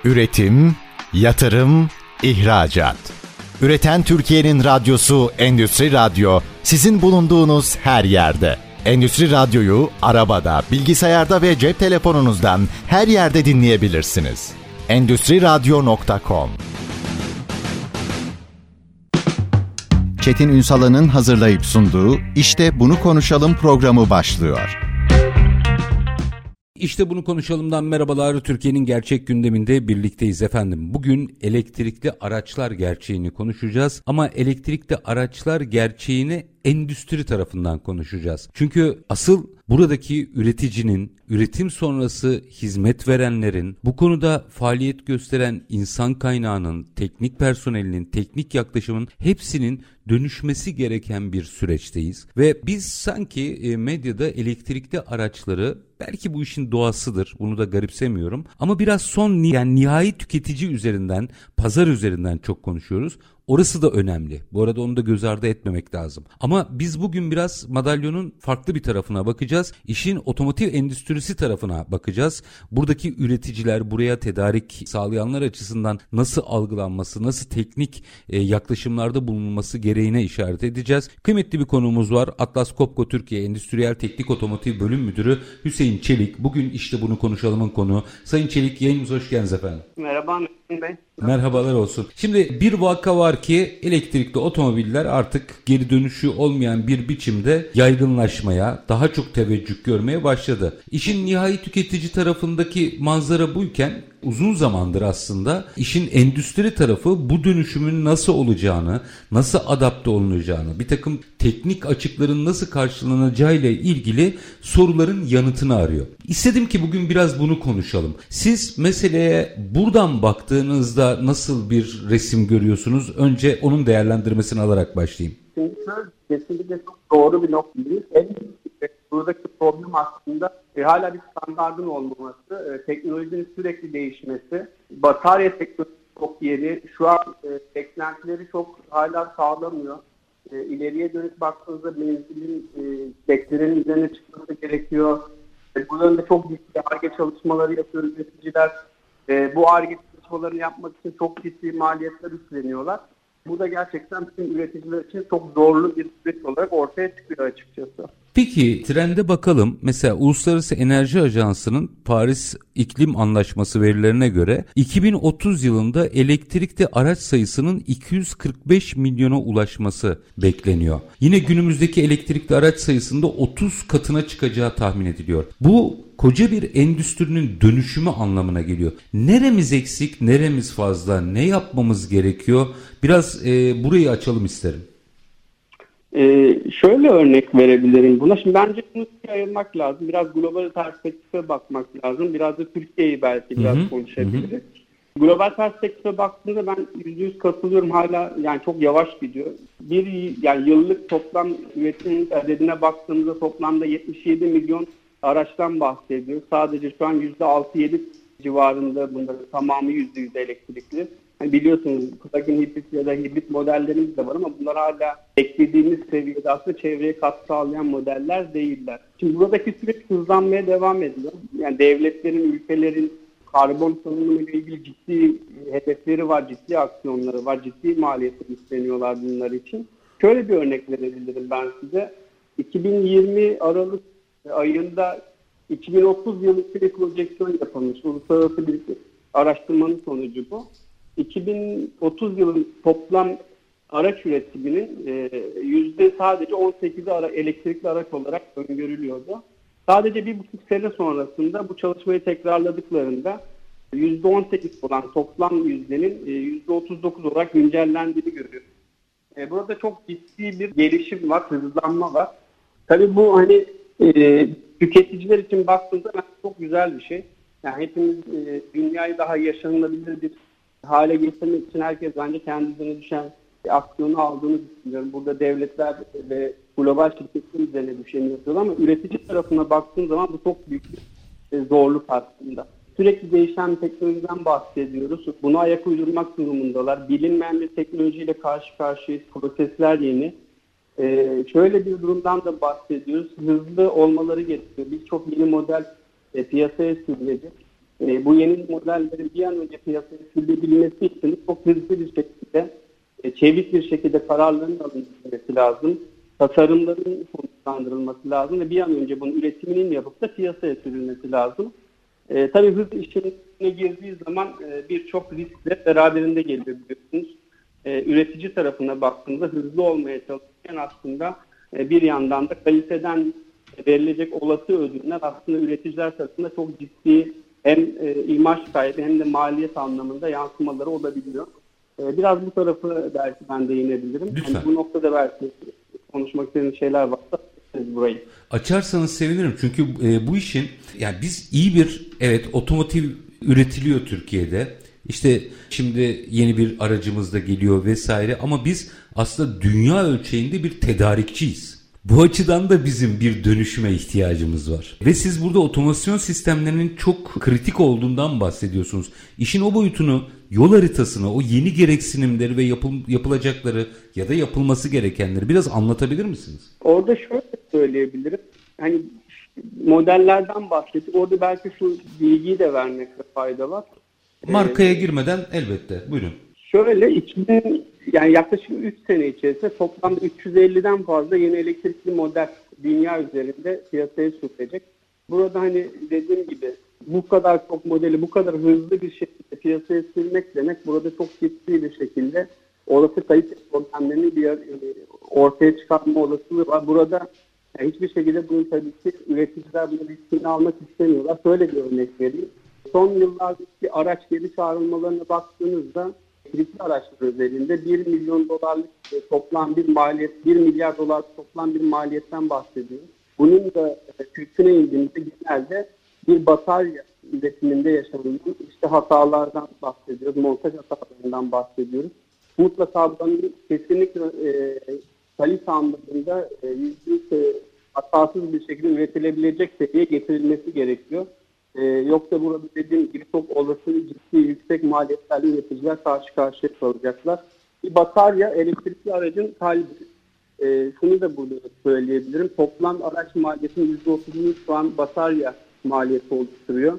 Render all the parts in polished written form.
Üretim, yatırım, ihracat. Üreten Türkiye'nin radyosu Endüstri Radyo, sizin bulunduğunuz her yerde. Endüstri Radyo'yu arabada, bilgisayarda ve cep telefonunuzdan her yerde dinleyebilirsiniz. Endüstriradyo.com. Çetin Ünsal'ın hazırlayıp sunduğu İşte Bunu Konuşalım programı başlıyor. İşte Bunu Konuşalım'dan merhabalar. Türkiye'nin gerçek gündeminde birlikteyiz efendim. Bugün elektrikli araçlar gerçeğini konuşacağız ama elektrikli araçlar gerçeğini endüstri tarafından konuşacağız. Çünkü asıl buradaki üreticinin, üretim sonrası hizmet verenlerin, bu konuda faaliyet gösteren insan kaynağının, teknik personelinin, teknik yaklaşımın hepsinin dönüşmesi gereken bir süreçteyiz. Ve biz sanki medyada elektrikli araçları, belki bu işin doğasıdır, bunu da garipsemiyorum, ama biraz yani nihai tüketici üzerinden, pazar üzerinden çok konuşuyoruz. Orası da önemli. Bu arada onu da göz ardı etmemek lazım. Ama biz bugün biraz madalyonun farklı bir tarafına bakacağız. İşin otomotiv endüstrisi tarafına bakacağız. Buradaki üreticiler, buraya tedarik sağlayanlar açısından nasıl algılanması, nasıl teknik yaklaşımlarda bulunması gereğine işaret edeceğiz. Kıymetli bir konuğumuz var. Atlas Copco Türkiye Endüstriyel Teknik Otomotiv Bölüm Müdürü Hüseyin Çelik. Bugün işte bunu konuşalımın konuğu. Sayın Çelik, yayınımıza hoş geldiniz efendim. Merhaba Metin Bey. Merhabalar olsun. Şimdi bir vaka var ki elektrikli otomobiller artık geri dönüşü olmayan bir biçimde yaygınlaşmaya, daha çok teveccüh görmeye başladı. İşin nihai tüketici tarafındaki manzara buyken uzun zamandır aslında işin endüstri tarafı bu dönüşümün nasıl olacağını, nasıl adapte olunacağını, bir takım teknik açıkların nasıl karşılanacağıyla ilgili soruların yanıtını arıyor. İstedim ki bugün biraz bunu konuşalım. Siz meseleye buradan baktığınızda nasıl bir resim görüyorsunuz? Önce onun değerlendirmesini alarak başlayayım. Çünkü kesinlikle çok doğru bir noktadayız. Buradaki problem aslında hala bir standardın olmaması, teknolojinin sürekli değişmesi, batarya teknolojisi çok yeni, şu an beklentileri çok hala sağlamıyor. İleriye dönük baktığınızda menzilin beklenenin üzerine çıkması gerekiyor. Bu yönde çok ciddi Ar-Ge çalışmaları yapıyor üreticiler. Bu Ar-Ge çalışmalarını yapmak için çok ciddi maliyetler üstleniyorlar. Bu da gerçekten bütün üreticiler için çok zorlu bir süreç olarak ortaya çıkıyor açıkçası. Peki trende bakalım. Mesela Uluslararası Enerji Ajansı'nın Paris İklim Anlaşması verilerine göre 2030 yılında elektrikli araç sayısının 245 milyona ulaşması bekleniyor. Yine günümüzdeki elektrikli araç sayısında 30 katına çıkacağı tahmin ediliyor. Bu koca bir endüstrinin dönüşümü anlamına geliyor. Neremiz eksik, neremiz fazla, ne yapmamız gerekiyor? Biraz burayı açalım isterim. Şöyle örnek verebilirim buna. Şimdi bence bunu ayırmak lazım. Biraz global perspektife bakmak lazım. Biraz da Türkiye'yi belki biraz konuşabiliriz. Global perspektife baktığımda ben %100 katılıyorum. Hala yani çok yavaş gidiyor. Yani yıllık toplam üretim adedine baktığımızda toplamda 77 milyon araçtan bahsediyor. Sadece şu an %6-7 civarında bunların tamamı %100 elektrikli. Yani biliyorsunuz plug-in hibrit ya da hibrit modellerimiz de var ama bunlar hala beklediğimiz seviyede aslında çevreye katkı sağlayan modeller değiller. Şimdi buradaki süreç hızlanmaya devam ediyor. Yani devletlerin, ülkelerin karbon salınımı ile ilgili ciddi hedefleri var, ciddi aksiyonları var, ciddi maliyetler üstleniyorlar bunlar için. Şöyle bir örnek verebilirim ben size. 2020 Aralık ayında 2030 yılı bir projeksiyon yapılmış. Uluslararası bir araştırmanın sonucu bu. 2030 yılın toplam araç üretiminin sadece 18'i elektrikli araç olarak öngörülüyordu. Sadece 1,5 sene sonrasında bu çalışmayı tekrarladıklarında %18 olan toplam yüzdenin %39 olarak güncellendiğini görüyoruz. Burada çok ciddi bir gelişim var, hızlanma var. Tabii bu hani tüketiciler için baktığımızda çok güzel bir şey. Yani hepimiz dünyayı daha yaşanılabilir bir hale getirmek için herkes bence kendisine düşen aksiyonu aldığını düşünüyorum. Burada devletler ve global şirketler üzerine düşeni yapıyorlar ama üretici tarafına baktığım zaman bu çok büyük bir zorluk aslında. Sürekli değişen teknolojiden bahsediyoruz. Buna ayak uydurmak durumundalar. Bilinmeyen bir teknolojiyle karşı karşıyayız. Prosesler yeni. Şöyle bir durumdan da bahsediyoruz. Hızlı olmaları gerekiyor. Birçok yeni model piyasaya sürülecek. Bu yeni modellerin bir an önce piyasaya sürülebilmesi için çok hızlı bir şekilde, çevik bir şekilde kararların alınması lazım. Tasarımların sonuçlandırılması lazım ve bir an önce bunun üretiminin yapıp da piyasaya sürülmesi lazım. Tabii hız işine girdiği zaman birçok riskle beraberinde geliyor biliyorsunuz. Üretici tarafına baktığımızda hızlı olmaya çalışırken aslında bir yandan da kaliteden verilecek olası ödünler aslında üreticiler tarafında çok ciddi hem imaj kaybı hem de maliyet anlamında yansımaları olabiliyor. Biraz bu tarafı belki ben değinebilirim. Lütfen. Yani bu noktada belki konuşmak istediğiniz şeyler varsa burayı. Açarsanız sevinirim çünkü bu işin yani biz iyi bir otomotiv üretiliyor Türkiye'de. İşte şimdi yeni bir aracımız da geliyor vesaire ama biz aslında dünya ölçeğinde bir tedarikçiyiz. Bu açıdan da bizim bir dönüşüme ihtiyacımız var. Ve siz burada otomasyon sistemlerinin çok kritik olduğundan bahsediyorsunuz. İşin o boyutunu, yol haritasını, o yeni gereksinimleri ve yapılacakları ya da yapılması gerekenleri biraz anlatabilir misiniz? Orada şöyle söyleyebilirim. Hani modellerden bahsettik. Orada belki şu bilgiyi de vermekte fayda var. Markaya girmeden elbette. Buyurun. Şöyle yani yaklaşık 3 sene içerisinde toplamda 350'den fazla yeni elektrikli model dünya üzerinde piyasaya sürülecek. Burada hani dediğim gibi bu kadar çok modeli bu kadar hızlı bir şekilde piyasaya sürmek demek burada çok ciddi bir şekilde olası kalite problemlerini ortaya çıkartma olasılığı var. Burada hiçbir şekilde bunu tabii ki üreticiler bunu riskini almak istemiyorlar. Şöyle bir örnek vereyim. Son yıllardaki araç geri çağrılmalarına baktığınızda elektrikli araçlar özelinde 1 milyon dolarlık toplam bir maliyet, 1 milyar dolar toplam bir maliyetten bahsediyoruz. Bunun da köküne indiğimizde genelde bir batarya üretiminde yaşanan işte hatalardan bahsediyoruz, montaj hatalarından bahsediyoruz. Mutlaka bunun kesinlikle kalite anlamında %100 hatasız bir şekilde üretilebilecek seviyeye getirilmesi gerekiyor. Yoksa burada dediğim gibi çok olası ciddi yüksek maliyetlerle üreticiler karşı karşıya kalacaklar. Bir batarya elektrikli aracın kalbi. Şunu da burada söyleyebilirim. Toplam araç maliyetinin %30'unu şu an batarya maliyeti oluşturuyor.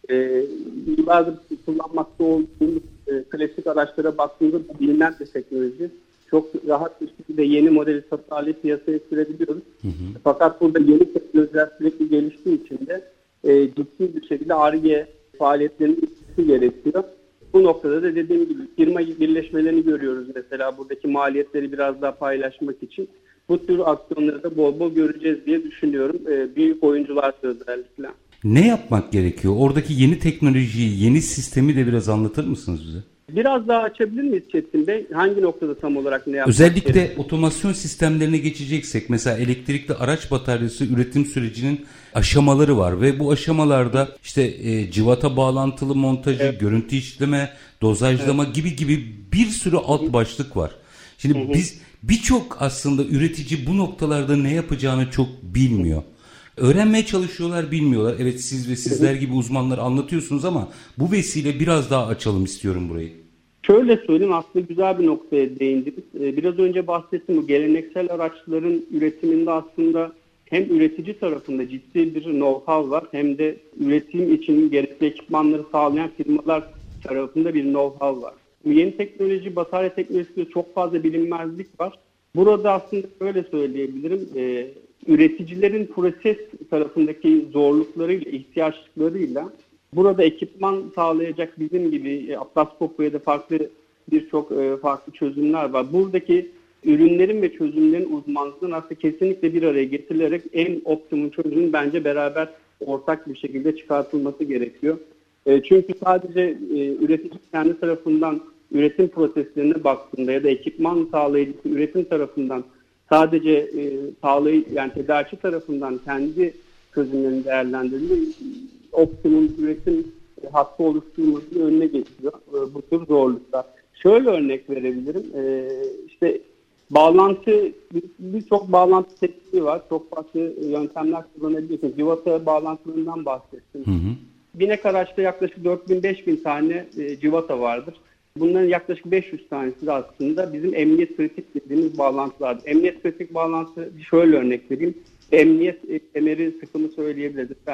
Yıllardır kullanmakta olduğumuz klasik araçlara baktığımızda bu bilinen bir teknoloji. Çok rahat bir şekilde yeni modeli tasarlayıp piyasaya sürebiliyoruz. Fakat burada yeni teknolojiler sürekli geliştiği için de ciddi bir şekilde Ar-Ge faaliyetlerinin ilgisi gerekiyor. Bu noktada da dediğim gibi firma birleşmelerini görüyoruz mesela buradaki maliyetleri biraz daha paylaşmak için. Bu tür aksiyonları da bol bol göreceğiz diye düşünüyorum. Büyük oyuncular özellikle. Ne yapmak gerekiyor? Oradaki yeni teknolojiyi, yeni sistemi de biraz anlatır mısınız bize? Biraz daha açabilir miyiz Çetin Bey? Hangi noktada tam olarak ne yapmak özellikle gerekiyor? otomasyon sistemlerine geçeceksek mesela elektrikli araç bataryası üretim sürecinin aşamaları var ve bu aşamalarda işte civata bağlantılı montajı, görüntü işleme, dozajlama gibi bir sürü alt başlık var. Şimdi biz birçok aslında üretici bu noktalarda ne yapacağını çok bilmiyor. Öğrenmeye çalışıyorlar, bilmiyorlar. Evet siz ve sizler gibi uzmanlar anlatıyorsunuz ama bu vesile biraz daha açalım istiyorum burayı. Şöyle söyleyeyim, aslında güzel bir noktaya değindiniz. Biraz önce bahsettim, bu geleneksel araçların üretiminde aslında hem üretici tarafında ciddi bir know-how var hem de üretim için gerekli ekipmanları sağlayan firmalar tarafında bir know-how var. Bu yeni teknoloji, batarya teknolojisinde çok fazla bilinmezlik var. Burada aslında şöyle söyleyebilirim, üreticilerin proses tarafındaki zorluklarıyla, ihtiyaçlarıyla burada ekipman sağlayacak bizim gibi Atlas Copco ya da birçok farklı çözümler var. Buradaki ürünlerin ve çözümlerin uzmanlığının aslında kesinlikle bir araya getirilerek en optimum çözümün bence beraber ortak bir şekilde çıkartılması gerekiyor. Çünkü sadece üretici kendi tarafından üretim proseslerine baktığında ya da ekipman sağlayıcısı üretim tarafından sadece yani tedarikçi tarafından kendi çözümlerini değerlendirdiğinde optimum üretim hattı oluşturulmasının önüne geçiyor bu tür zorluklar. Şöyle örnek verebilirim. İşte birçok bağlantı tekniği var. Çok farklı yöntemler kullanabiliyorsunuz. Civata bağlantılarından bahsettim. Binek araçta yaklaşık 4000-5000 tane civata vardır. Bunların yaklaşık 500 tanesi de aslında bizim emniyet kritik dediğimiz bağlantılardır. Emniyet kritik bağlantı, şöyle örnek vereyim. Emniyet kemeri sıkımı söyleyebiliriz. Yani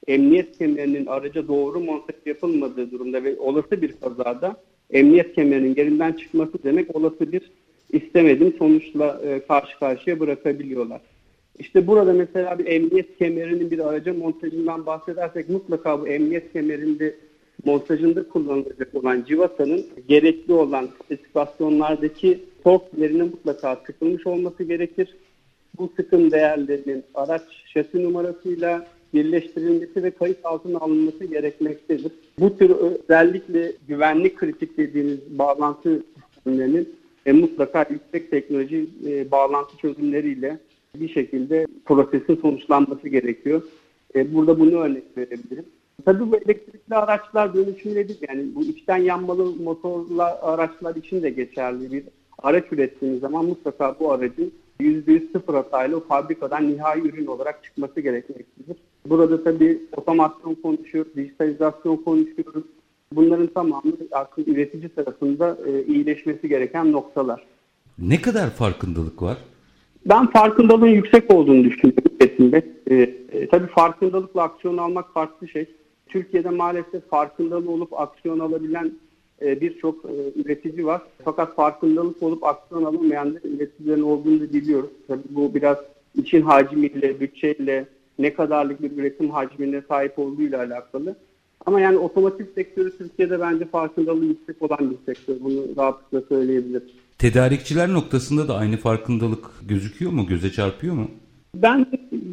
emniyet kemerinin araca doğru montaj yapılmadığı durumda ve olası bir kazada emniyet kemerinin yerinden çıkması demek olası bir istemediğim sonuçla karşı karşıya bırakabiliyorlar. İşte burada mesela bir emniyet kemerinin bir araca montajından bahsedersek mutlaka bu emniyet kemerinde montajında kullanılacak olan civatanın gerekli olan spesifikasyonlardaki torklerinin mutlaka sıkılmış olması gerekir. Bu sıkım değerlerinin araç şasi numarasıyla birleştirilmesi ve kayıt altına alınması gerekmektedir. Bu tür özellikle güvenlik kritik dediğimiz bağlantı sistemlerinin mutlaka yüksek teknoloji bağlantı çözümleriyle bir şekilde prosesin sonuçlanması gerekiyor. Burada bunu örnek verebilirim. Tabii bu elektrikli araçlar dönüşümledir. Yani bu içten yanmalı motorlu araçlar için de geçerli bir araç ürettiğimiz zaman mutlaka bu aracın %100 sıfır hatayla o fabrikadan nihai ürün olarak çıkması gerekmektedir. Burada tabii otomasyon konuşuyoruz, dijitalizasyon konuşuyoruz. Bunların tamamı aslında üretici tarafında iyileşmesi gereken noktalar. Ne kadar farkındalık var? Ben farkındalığın yüksek olduğunu düşünüyorum üretimde. Tabii farkındalıkla aksiyon almak farklı şey. Türkiye'de maalesef farkındalığı olup aksiyon alabilen birçok üretici var. Fakat farkındalık olup aksiyon alamayan üreticilerin olduğunu da biliyoruz. Tabii bu biraz için hacmiyle, bütçeyle, ne kadarlık bir üretim hacmine sahip olduğuyla alakalı. Ama yani otomotiv sektörü Türkiye'de bence farkındalığı yüksek olan bir sektör. Bunu rahatlıkla söyleyebilirim. Tedarikçiler noktasında da aynı farkındalık gözüküyor mu? Göze çarpıyor mu? Ben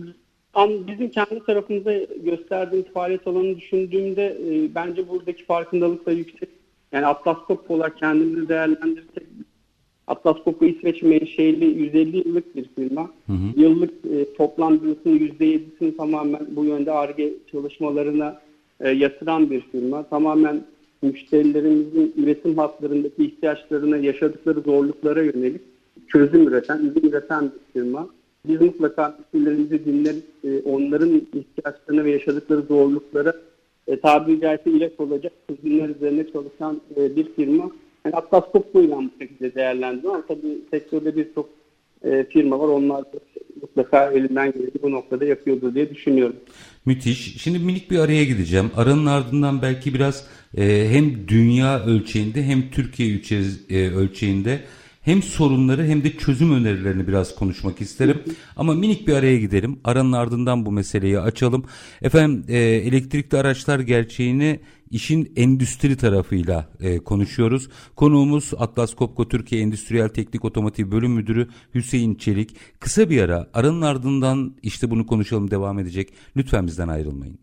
bizim kendi tarafımıza gösterdiğimiz faaliyet alanını düşündüğümde bence buradaki farkındalık da yüksek. Yani Atlas Copco olarak kendimizi değerlendirirsek, Atlas Copco İsveç menşeli 150 yıllık bir firma. Yıllık toplam büyüsünün %7'sini tamamen bu yönde Ar-Ge çalışmalarına yatıran bir firma. Tamamen müşterilerimizin üretim hatlarındaki ihtiyaçlarına, yaşadıkları zorluklara yönelik çözüm üreten bir firma. Biz mutlaka müşterilerimizi dinleriz, onların ihtiyaçlarına ve yaşadıkları zorluklara tabiri caizse ilaç olacak çözümler üzerine çalışan bir firma. Yani Atlas Copco ile bu şekilde değerlendiriyor ama tabii sektörde birçok firma var. Onlar da mutlaka elinden geleni bu noktada yapıyordur diye düşünüyorum. Müthiş. Şimdi minik bir araya gideceğim. Aranın ardından belki biraz hem dünya ölçeğinde hem Türkiye ölçeğinde hem sorunları hem de çözüm önerilerini biraz konuşmak isterim. Ama minik bir araya gidelim. Aranın ardından bu meseleyi açalım. Efendim elektrikli araçlar gerçeğini işin endüstri tarafıyla konuşuyoruz. Konuğumuz Atlas Copco Türkiye Endüstriyel Teknik Otomotiv Bölüm Müdürü Hüseyin Çelik. Kısa bir ara, aranın ardından işte bunu konuşalım devam edecek. Lütfen bizden ayrılmayın.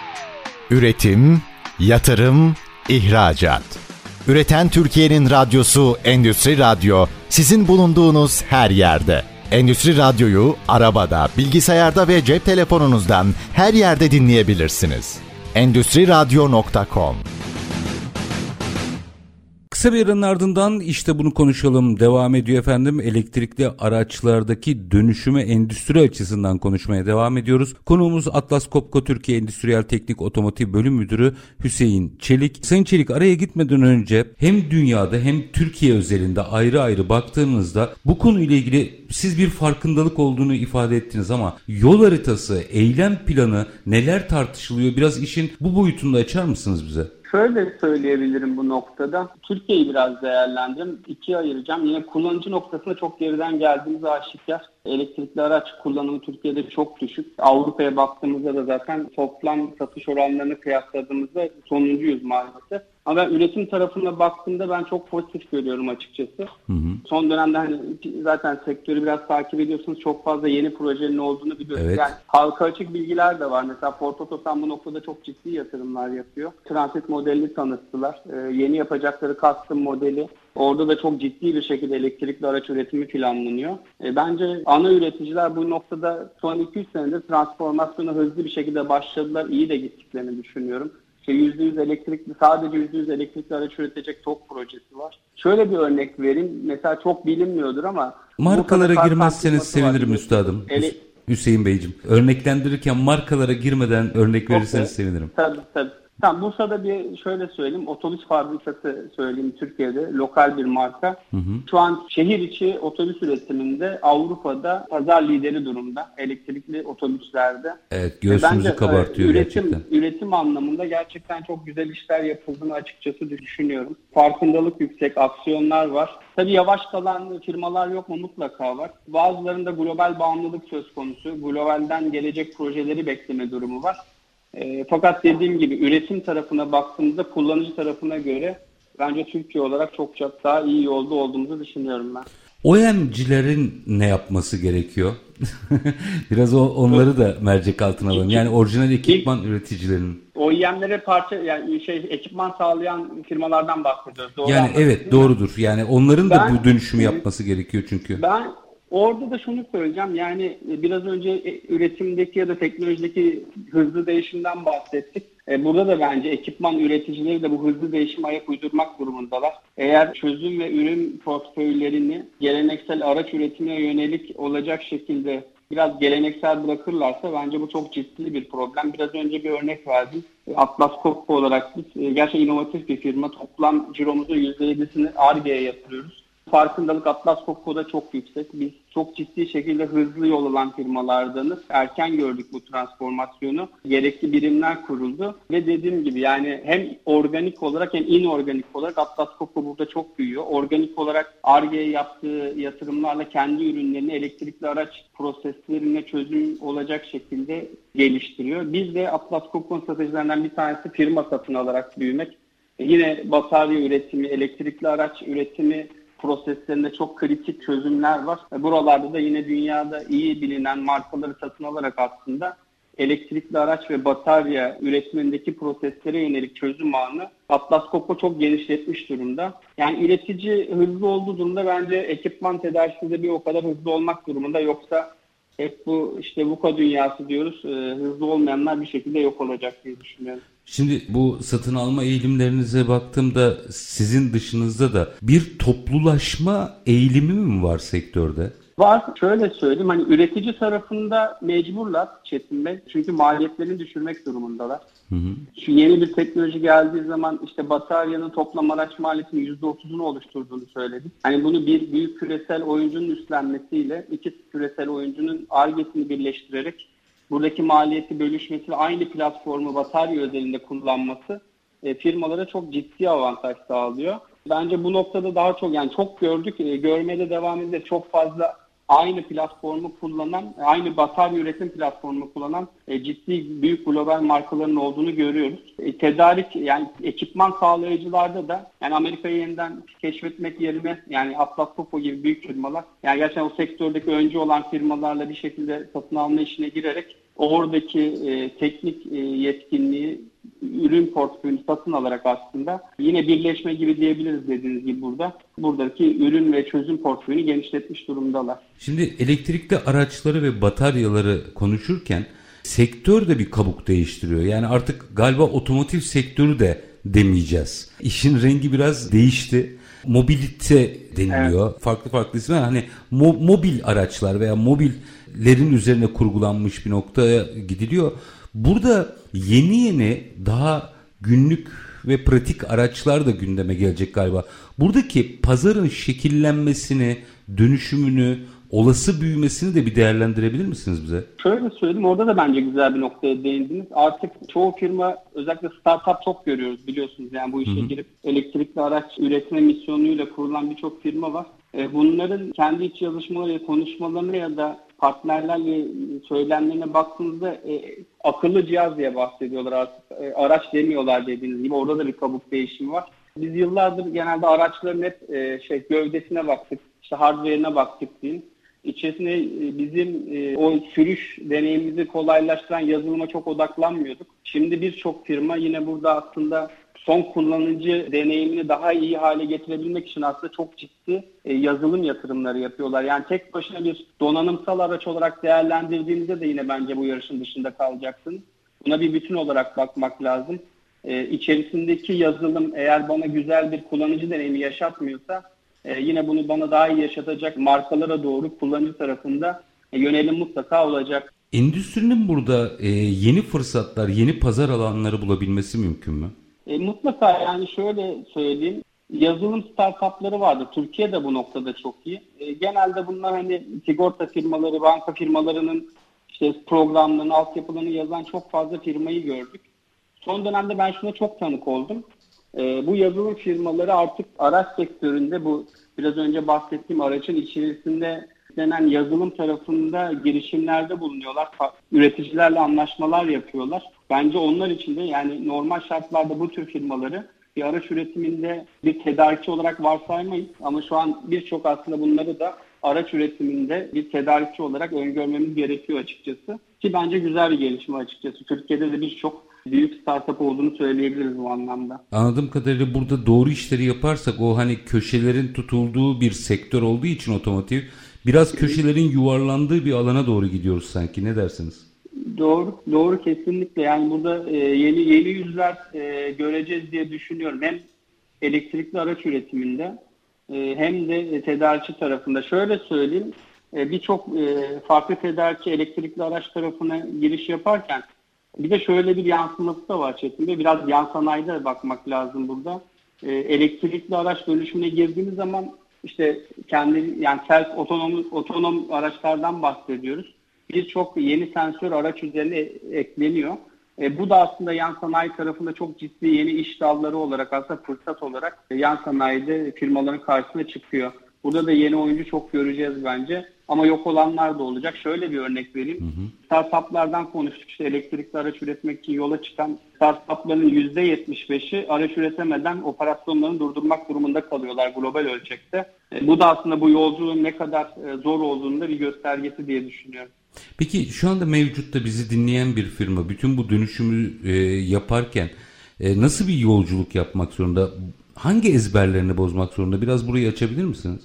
Üretim, yatırım, ihracat. Üreten Türkiye'nin radyosu Endüstri Radyo, sizin bulunduğunuz her yerde. Endüstri Radyo'yu arabada, bilgisayarda ve cep telefonunuzdan her yerde dinleyebilirsiniz. Endüstriradyo.com. Kısa bir aranın ardından işte bunu konuşalım devam ediyor efendim. Elektrikli araçlardaki dönüşümü endüstri açısından konuşmaya devam ediyoruz. Konuğumuz Atlas Copco Türkiye Endüstriyel Teknik Otomotiv Bölüm Müdürü Hüseyin Çelik. Sayın Çelik, araya gitmeden önce hem dünyada hem Türkiye özelinde ayrı ayrı baktığınızda bu konuyla ilgili siz bir farkındalık olduğunu ifade ettiniz ama yol haritası, eylem planı neler tartışılıyor? Biraz işin bu boyutunu da açar mısınız bize? Şöyle söyleyebilirim bu noktada. Türkiye'yi biraz değerlendirdim. İkiye ayıracağım. Yine kullanıcı noktasında çok geriden geldiğimiz aşikar. Elektrikli araç kullanımı Türkiye'de çok düşük. Avrupa'ya baktığımızda da zaten toplam satış oranlarını kıyasladığımızda sonuncuyuz maalesef. Ama ben üretim tarafına baktığımda ben çok pozitif görüyorum açıkçası. Son dönemde hani zaten sektörü biraz takip ediyorsunuz. Çok fazla yeni projenin olduğunu biliyoruz. Evet. Yani halka açık bilgiler de var. Mesela Ford Otosan bu noktada çok ciddi yatırımlar yapıyor. Transit modelini tanıttılar. Yeni yapacakları custom modeli. Orada da çok ciddi bir şekilde elektrikli araç üretimi planlanıyor. Bence ana üreticiler bu noktada son 2-3 senedir transformasyona hızlı bir şekilde başladılar. İyi de gittiklerini düşünüyorum. %100 elektrikli, sadece %100 elektrikli araç üretecek TOG projesi var. Şöyle bir örnek vereyim. Mesela çok bilinmiyordur ama... Markalara girmezseniz sevinirim üstadım. Hüseyin Beyciğim. Örneklendirirken markalara girmeden örnek verirseniz sevinirim. Tabii. Tamam, Bursa'da bir şöyle söyleyeyim, otobüs fabrikası söyleyeyim, Türkiye'de lokal bir marka. Şu an şehir içi otobüs üretiminde Avrupa'da pazar lideri durumda elektrikli otobüslerde. Evet, göğsümüzü kabartıyor gerçekten. Üretim anlamında gerçekten çok güzel işler yapıldığını açıkçası düşünüyorum. Farkındalık yüksek, aksiyonlar var. Tabii yavaş kalan firmalar yok mu? Mutlaka var. Bazılarında global bağımlılık söz konusu. Globalden gelecek projeleri bekleme durumu var. Fakat dediğim gibi üretim tarafına baktığımızda kullanıcı tarafına göre bence Türkiye olarak çok daha iyi yolda olduğumuzu düşünüyorum ben. OEM'cilerin ne yapması gerekiyor? Biraz onları da mercek altına alalım. Yani orijinal ekipman üreticilerinin. OEM'lere ekipman sağlayan firmalardan bahsediyoruz. Doğru, yani evet, doğrudur. Yani onların da bu dönüşümü yapması gerekiyor çünkü. Ben orada da şunu söyleyeceğim. Yani biraz önce üretimdeki ya da teknolojideki hızlı değişimden bahsettik. Burada da bence ekipman üreticileri de bu hızlı değişime ayak uydurmak durumundalar. Eğer çözüm ve ürün portföylerini geleneksel araç üretimine yönelik olacak şekilde biraz geleneksel bırakırlarsa bence bu çok ciddi bir problem. Biraz önce bir örnek verdim. Atlas Copco olarak biz gerçekten inovatif bir firma. Toplam ciromuzun %7'sini Ar-Ge'ye yatırıyoruz. Farkındalık Atlas Copco'da çok yüksek. Biz çok ciddi şekilde hızlı yol alan firmalardanız. Erken gördük bu transformasyonu. Gerekli birimler kuruldu. Ve dediğim gibi yani hem organik olarak hem inorganik olarak Atlas Copco burada çok büyüyor. Organik olarak Ar-Ge'ye yaptığı yatırımlarla kendi ürünlerini elektrikli araç proseslerine çözüm olacak şekilde geliştiriyor. Biz de Atlas Copco'nun stratejilerinden bir tanesi firma satın alarak büyümek. Yine batarya üretimi, elektrikli araç üretimi proseslerinde çok kritik çözümler var. Buralarda da yine dünyada iyi bilinen markaları satın alarak aslında elektrikli araç ve batarya üretimindeki proseslere yönelik çözüm ağını Atlas Copco çok genişletmiş durumda. Yani üretici hızlı olduğu durumda bence ekipman tedarisinde bir o kadar hızlı olmak durumunda, yoksa hep bu işte VUCA dünyası diyoruz, hızlı olmayanlar bir şekilde yok olacak diye düşünüyorum. Şimdi bu satın alma eğilimlerinize baktığımda sizin dışınızda da bir toplulaşma eğilimi mi var sektörde? Var. Şöyle söyleyeyim, hani üretici tarafında mecburlar Çetin Bey. Çünkü maliyetlerini düşürmek durumundalar. Şu yeni bir teknoloji geldiği zaman işte bataryanın toplam araç maliyetinin %30'unu oluşturduğunu söyledik. Hani bunu bir büyük küresel oyuncunun üstlenmesiyle iki küresel oyuncunun Ar-Ge'sini birleştirerek buradaki maliyeti bölüşmesi ve aynı platformu batarya özelinde kullanması firmalara çok ciddi avantaj sağlıyor. Bence bu noktada daha çok, yani çok gördük, görmeye de devam edeceğiz. Çok fazla aynı platformu kullanan, aynı batarya üretim platformu kullanan ciddi büyük global markaların olduğunu görüyoruz. Tedarik, yani ekipman sağlayıcılarda da yani Amerika'yı yeniden keşfetmek yerine yani Atlas Copco gibi büyük firmalar, yani gerçekten o sektördeki öncü olan firmalarla bir şekilde satın alma işine girerek oradaki teknik yetkinliği, ürün portföyünü satın alarak aslında yine birleşme gibi diyebiliriz dediğiniz gibi buradaki ürün ve çözüm portföyünü genişletmiş durumdalar. Şimdi elektrikli araçları ve bataryaları konuşurken sektör de bir kabuk değiştiriyor. Yani artık galiba otomotiv sektörü de demeyeceğiz. İşin rengi biraz değişti. Mobilite deniliyor. Evet. Farklı isimler. Hani mobil araçlar veya mobillerin üzerine kurgulanmış bir noktaya gidiliyor. Burada yeni daha günlük ve pratik araçlar da gündeme gelecek galiba. Buradaki pazarın şekillenmesini, dönüşümünü, olası büyümesini de bir değerlendirebilir misiniz bize? Şöyle söyleyeyim, orada da bence güzel bir noktaya değindiniz. Artık çoğu firma, özellikle startup çok görüyoruz biliyorsunuz. Yani bu işe girip elektrikli araç üretme misyonuyla kurulan birçok firma var. Bunların kendi iç yazışmaları, konuşmalarına ya da partnerlerle söylemlerine baktığınızda akıllı cihaz diye bahsediyorlar artık. Araç demiyorlar dediğiniz gibi. Orada da bir kabuk değişimi var. Biz yıllardır genelde araçların hep gövdesine baktık, işte hardware'ine baktık diyeyim. İçerisinde bizim o sürüş deneyimimizi kolaylaştıran yazılıma çok odaklanmıyorduk. Şimdi birçok firma yine burada aslında son kullanıcı deneyimini daha iyi hale getirebilmek için aslında çok ciddi yazılım yatırımları yapıyorlar. Yani tek başına bir donanımsal araç olarak değerlendirdiğimizde de yine bence bu yarışın dışında kalacaksınız. Buna bir bütün olarak bakmak lazım. İçerisindeki yazılım eğer bana güzel bir kullanıcı deneyimi yaşatmıyorsa yine bunu bana daha iyi yaşatacak markalara doğru kullanıcı tarafında yönelim mutlaka olacak. Endüstrinin burada yeni fırsatlar, yeni pazar alanları bulabilmesi mümkün mü? Mutlaka, yani şöyle söyleyeyim. Yazılım startupları vardı. Türkiye de bu noktada çok iyi. Genelde bunlar hani sigorta firmaları, banka firmalarının işte programlarını, altyapılarını yazan çok fazla firmayı gördük. Son dönemde ben şuna çok tanık oldum. Bu yazılım firmaları artık araç sektöründe, bu biraz önce bahsettiğim aracın içerisinde denen yazılım tarafında girişimlerde bulunuyorlar. Üreticilerle anlaşmalar yapıyorlar. Bence onlar için de, yani normal şartlarda bu tür firmaları bir araç üretiminde bir tedarikçi olarak varsaymayız. Ama şu an birçok aslında bunları da araç üretiminde bir tedarikçi olarak öngörmemiz gerekiyor açıkçası. Ki bence güzel bir gelişme açıkçası. Türkiye'de de birçok büyük startup olduğunu söyleyebiliriz bu anlamda. Anladığım kadarıyla burada doğru işleri yaparsak, o hani köşelerin tutulduğu bir sektör olduğu için otomotiv, biraz köşelerin yuvarlandığı bir alana doğru gidiyoruz sanki. Ne dersiniz? Doğru kesinlikle. Yani burada yeni yüzler göreceğiz diye düşünüyorum. Hem elektrikli araç üretiminde hem de tedarikçi tarafında. Şöyle söyleyeyim, birçok farklı tedarikçi elektrikli araç tarafına giriş yaparken bir de şöyle bir yansıması da var Çetin Bey. Biraz yan sanayide bakmak lazım burada. Elektrikli araç dönüşümüne girdiğimiz zaman işte yani otonom araçlardan bahsediyoruz. Birçok yeni sensör araç üzerine ekleniyor. Bu da aslında yan sanayi tarafında çok ciddi yeni iş dalları olarak, aslında fırsat olarak yan sanayide firmaların karşısına çıkıyor. Burada da yeni oyuncu çok göreceğiz bence. Ama yok olanlar da olacak. Şöyle bir örnek vereyim. Startuplardan konuştuk. İşte elektrikli araç üretmek için yola çıkan startupların %75'i araç üretemeden operasyonlarını durdurmak durumunda kalıyorlar global ölçekte. Bu da aslında bu yolculuğun ne kadar zor olduğunu da bir göstergesi diye düşünüyorum. Peki şu anda mevcutta bizi dinleyen bir firma bütün bu dönüşümü yaparken nasıl bir yolculuk yapmak zorunda? Hangi ezberlerini bozmak zorunda? Biraz burayı açabilir misiniz?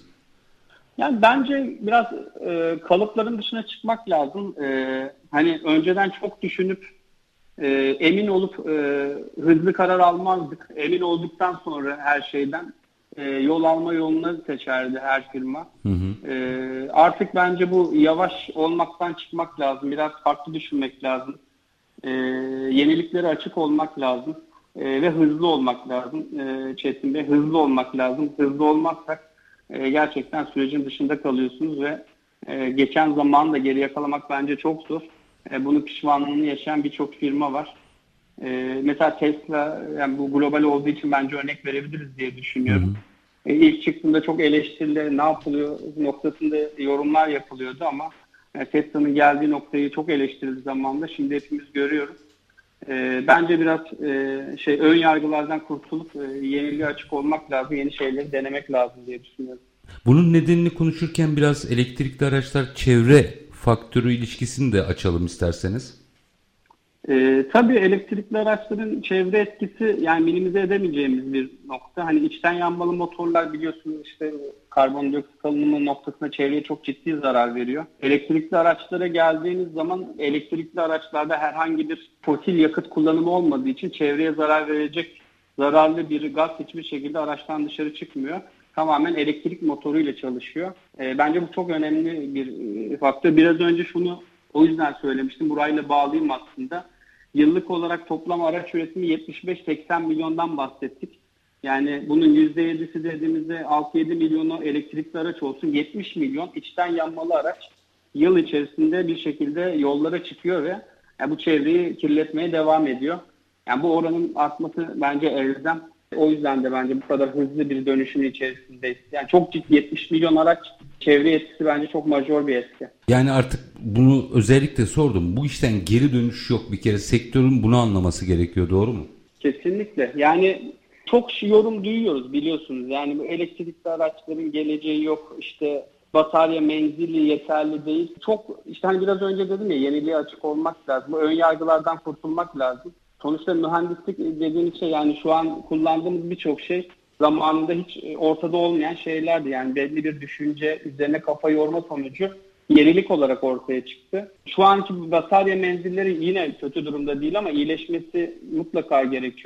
Yani bence biraz kalıpların dışına çıkmak lazım. Hani önceden çok düşünüp emin olup hızlı karar almazdık. Emin olduktan sonra her şeyden yol alma yolunu seçerdi her firma. Artık bence bu yavaş olmaktan çıkmak lazım. Biraz farklı düşünmek lazım. Yeniliklere açık olmak lazım. Ve hızlı olmak lazım. Çetin Bey, hızlı olmak lazım. Hızlı olmazsak gerçekten sürecin dışında kalıyorsunuz ve geçen zamanı da geri yakalamak bence çok zor. Bunun pişmanlığını yaşayan birçok firma var. Mesela Tesla, yani bu global olduğu için bence örnek verebiliriz diye düşünüyorum. İlk çıktığında çok eleştiriler, ne yapılıyor noktasında yorumlar yapılıyordu ama Tesla'nın geldiği noktayı çok eleştirildiği zamanda şimdi hepimiz görüyoruz. Bence biraz ön yargılardan kurtulup yeniliğe açık olmak lazım, yeni şeyleri denemek lazım diye düşünüyorum. Bunun nedenini konuşurken biraz elektrikli araçlar çevre faktörü ilişkisini de açalım isterseniz. Tabii elektrikli araçların çevre etkisi yani minimize edemeyeceğimiz bir nokta. Hani içten yanmalı motorlar biliyorsunuz işte karbondioksit salınımı noktasında çevreye çok ciddi zarar veriyor. Elektrikli araçlara geldiğiniz zaman elektrikli araçlarda herhangi bir fosil yakıt kullanımı olmadığı için çevreye zarar verecek zararlı bir gaz hiçbir şekilde araçtan dışarı çıkmıyor. Tamamen elektrik motoruyla çalışıyor. Bence bu çok önemli bir faktör. Biraz önce şunu o yüzden söylemiştim. Burayla bağlayayım aslında. Yıllık olarak toplam araç üretimi 75-80 milyondan bahsettik. Yani bunun %7'si dediğimizde 6-7 milyonu elektrikli araç olsun. 70 milyon içten yanmalı araç yıl içerisinde bir şekilde yollara çıkıyor ve bu çevreyi kirletmeye devam ediyor. Yani bu oranın artması bence elzem. O yüzden de bence bu kadar hızlı bir dönüşümün içerisindeyiz. Yani çok ciddi 70 milyon araç çevre etkisi bence çok majör bir etki. Yani artık bunu özellikle sordum. Bu işten geri dönüş yok. Bir kere sektörün bunu anlaması gerekiyor. Doğru mu? Kesinlikle. Yani çok yorum duyuyoruz biliyorsunuz. Yani bu elektrikli araçların geleceği yok. İşte batarya menzili yeterli değil. Çok işte hani biraz önce dedim ya yeniliğe açık olmak lazım. Bu ön yargılardan kurtulmak lazım. Sonuçta mühendislik dediğimiz şey yani şu an kullandığımız birçok şey zamanında hiç ortada olmayan şeylerdi. Yani belli bir düşünce üzerine kafa yorma sonucu yenilik olarak ortaya çıktı. Şu anki batarya menzilleri yine kötü durumda değil ama iyileşmesi mutlaka gerekiyor.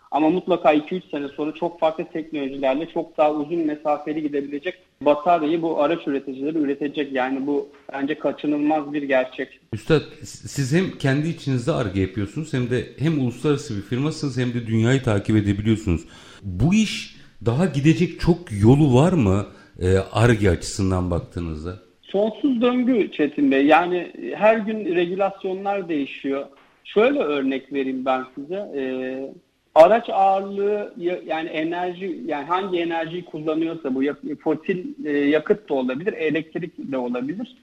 Ama mutlaka 2-3 sene sonra çok farklı teknolojilerle çok daha uzun mesafeli gidebilecek bataryayı bu araç üreticileri üretecek. Yani bu bence kaçınılmaz bir gerçek. Üstad, siz hem kendi içinizde Ar-Ge yapıyorsunuz hem uluslararası bir firmasınız hem de dünyayı takip edebiliyorsunuz. Bu iş daha gidecek çok yolu var mı Ar-Ge açısından baktığınızda? Sonsuz döngü Çetin Bey. Yani her gün regülasyonlar değişiyor. Şöyle örnek vereyim ben size. Araç ağırlığı yani enerji, yani hangi enerjiyi kullanıyorsa bu fosil yakıt da olabilir, elektrik de olabilir.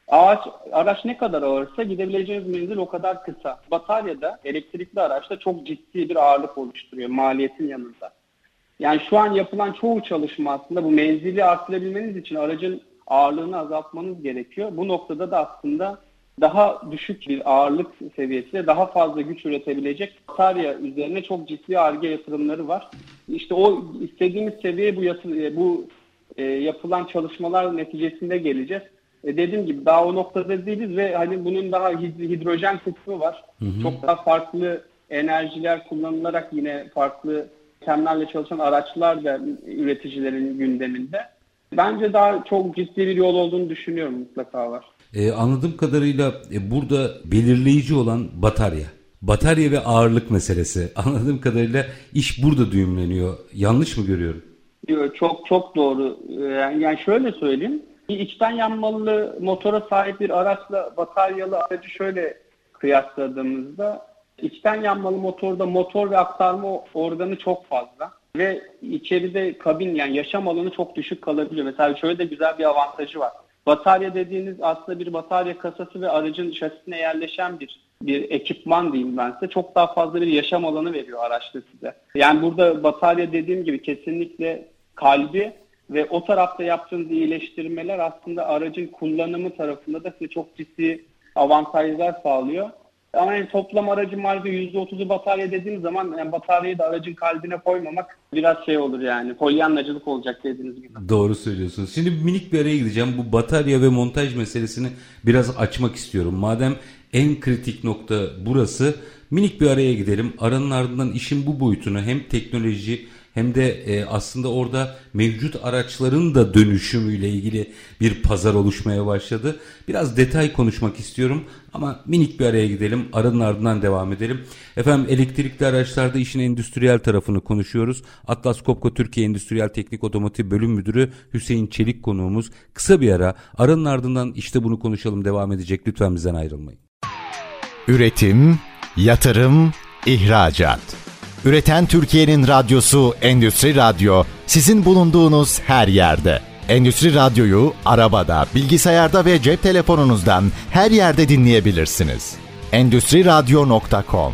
Araç ne kadar ağırsa gidebileceğiniz menzil o kadar kısa. Bataryada, elektrikli araçta çok ciddi bir ağırlık oluşturuyor maliyetin yanında. Yani şu an yapılan çoğu çalışma aslında bu menzili arttırabilmeniz için aracın ağırlığını azaltmanız gerekiyor. Bu noktada da aslında daha düşük bir ağırlık seviyesiyle daha fazla güç üretebilecek batarya üzerine çok ciddi Ar-Ge yatırımları var. İşte o istediğimiz seviyeye bu yapılan çalışmalar neticesinde geleceğiz. Dediğim gibi daha o noktada değiliz ve hani bunun daha hidrojen kısmı var. Çok daha farklı enerjiler kullanılarak yine farklı sistemlerle çalışan araçlar da üreticilerin gündeminde. Bence daha çok ciddi bir yol olduğunu düşünüyorum, mutlaka var. Anladığım kadarıyla burada belirleyici olan batarya ve ağırlık meselesi. Anladığım kadarıyla iş burada düğümleniyor. Yanlış mı görüyorum? Çok doğru. Yani şöyle söyleyeyim. Bir içten yanmalı motora sahip bir araçla bataryalı aracı şöyle kıyasladığımızda içten yanmalı motorda motor ve aktarma organı çok fazla ve içeride kabin, yani yaşam alanı çok düşük kalabiliyor. Mesela şöyle de güzel bir avantajı var. Batarya dediğiniz aslında bir batarya kasası ve aracın şasisine yerleşen bir ekipman diyeyim ben size. Çok daha fazla bir yaşam alanı veriyor araçta size. Yani burada batarya dediğim gibi kesinlikle kalbi ve o tarafta yaptığınız iyileştirmeler aslında aracın kullanımı tarafında da size çok ciddi avantajlar sağlıyor. Ama yani toplam aracın maliyeti %30'u batarya dediğim zaman yani bataryayı da aracın kalbine koymamak biraz şey olur yani. Polyanlacılık olacak dediğiniz gibi. Doğru söylüyorsunuz. Şimdi minik bir araya gideceğim. Bu batarya ve montaj meselesini biraz açmak istiyorum. Madem en kritik nokta burası, minik bir araya gidelim. Aranın ardından işin bu boyutunu hem teknoloji hem de aslında orada mevcut araçların da dönüşümüyle ilgili bir pazar oluşmaya başladı. Biraz detay konuşmak istiyorum ama minik bir araya gidelim. Aranın ardından devam edelim. Efendim, elektrikli araçlarda işin endüstriyel tarafını konuşuyoruz. Atlas Copco Türkiye Endüstriyel Teknik Otomotiv Bölüm Müdürü Hüseyin Çelik konuğumuz. Kısa bir ara, aranın ardından işte bunu konuşalım devam edecek. Lütfen bizden ayrılmayın. Üretim, yatırım, ihracat. Üreten Türkiye'nin radyosu Endüstri Radyo, sizin bulunduğunuz her yerde. Endüstri Radyo'yu arabada, bilgisayarda ve cep telefonunuzdan her yerde dinleyebilirsiniz. Endüstriradyo.com.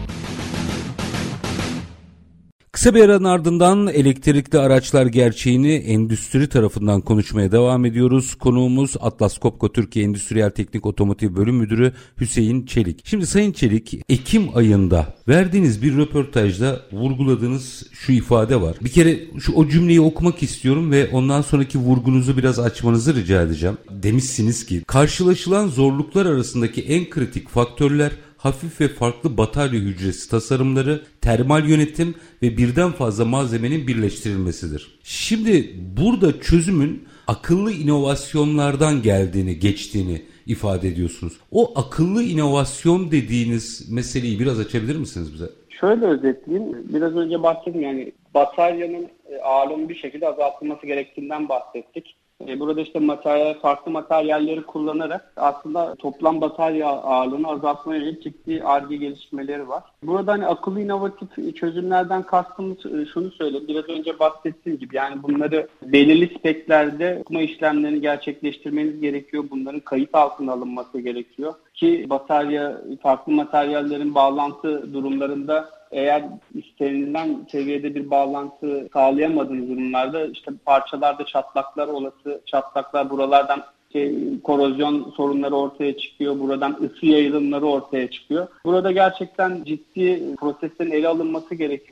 Kısa bir aranın ardından elektrikli araçlar gerçeğini endüstri tarafından konuşmaya devam ediyoruz. Konuğumuz Atlas Copco Türkiye Endüstriyel Teknik Otomotiv Bölüm Müdürü Hüseyin Çelik. Şimdi Sayın Çelik, Ekim ayında verdiğiniz bir röportajda vurguladığınız şu ifade var. Bir kere o cümleyi okumak istiyorum ve ondan sonraki vurgunuzu biraz açmanızı rica edeceğim. Demişsiniz ki, karşılaşılan zorluklar arasındaki en kritik faktörler hafif ve farklı batarya hücresi tasarımları, termal yönetim ve birden fazla malzemenin birleştirilmesidir. Şimdi burada çözümün akıllı inovasyonlardan geçtiğini ifade ediyorsunuz. O akıllı inovasyon dediğiniz meseleyi biraz açabilir misiniz bize? Şöyle özetleyeyim. Biraz önce bahsettim, yani bataryanın ağırlığının bir şekilde azaltılması gerektiğinden bahsettik. Burada işte farklı materyalleri kullanarak aslında toplam batarya ağırlığını azaltmaya yönelik ciddi Ar-Ge gelişmeleri var. Burada hani akıllı inovatif çözümlerden kastımız şunu söyleyeyim. Biraz önce bahsettiğim gibi yani bunları belirli speklerde okuma işlemlerini gerçekleştirmeniz gerekiyor. Bunların kayıt altına alınması gerekiyor ki farklı materyallerin bağlantı durumlarında eğer istenilen seviyede bir bağlantı sağlayamadığınız durumlarda işte parçalarda çatlaklar buralardan korozyon sorunları ortaya çıkıyor. Buradan ısı yayılımları ortaya çıkıyor. Burada gerçekten ciddi proseslerin ele alınması gerekiyor ve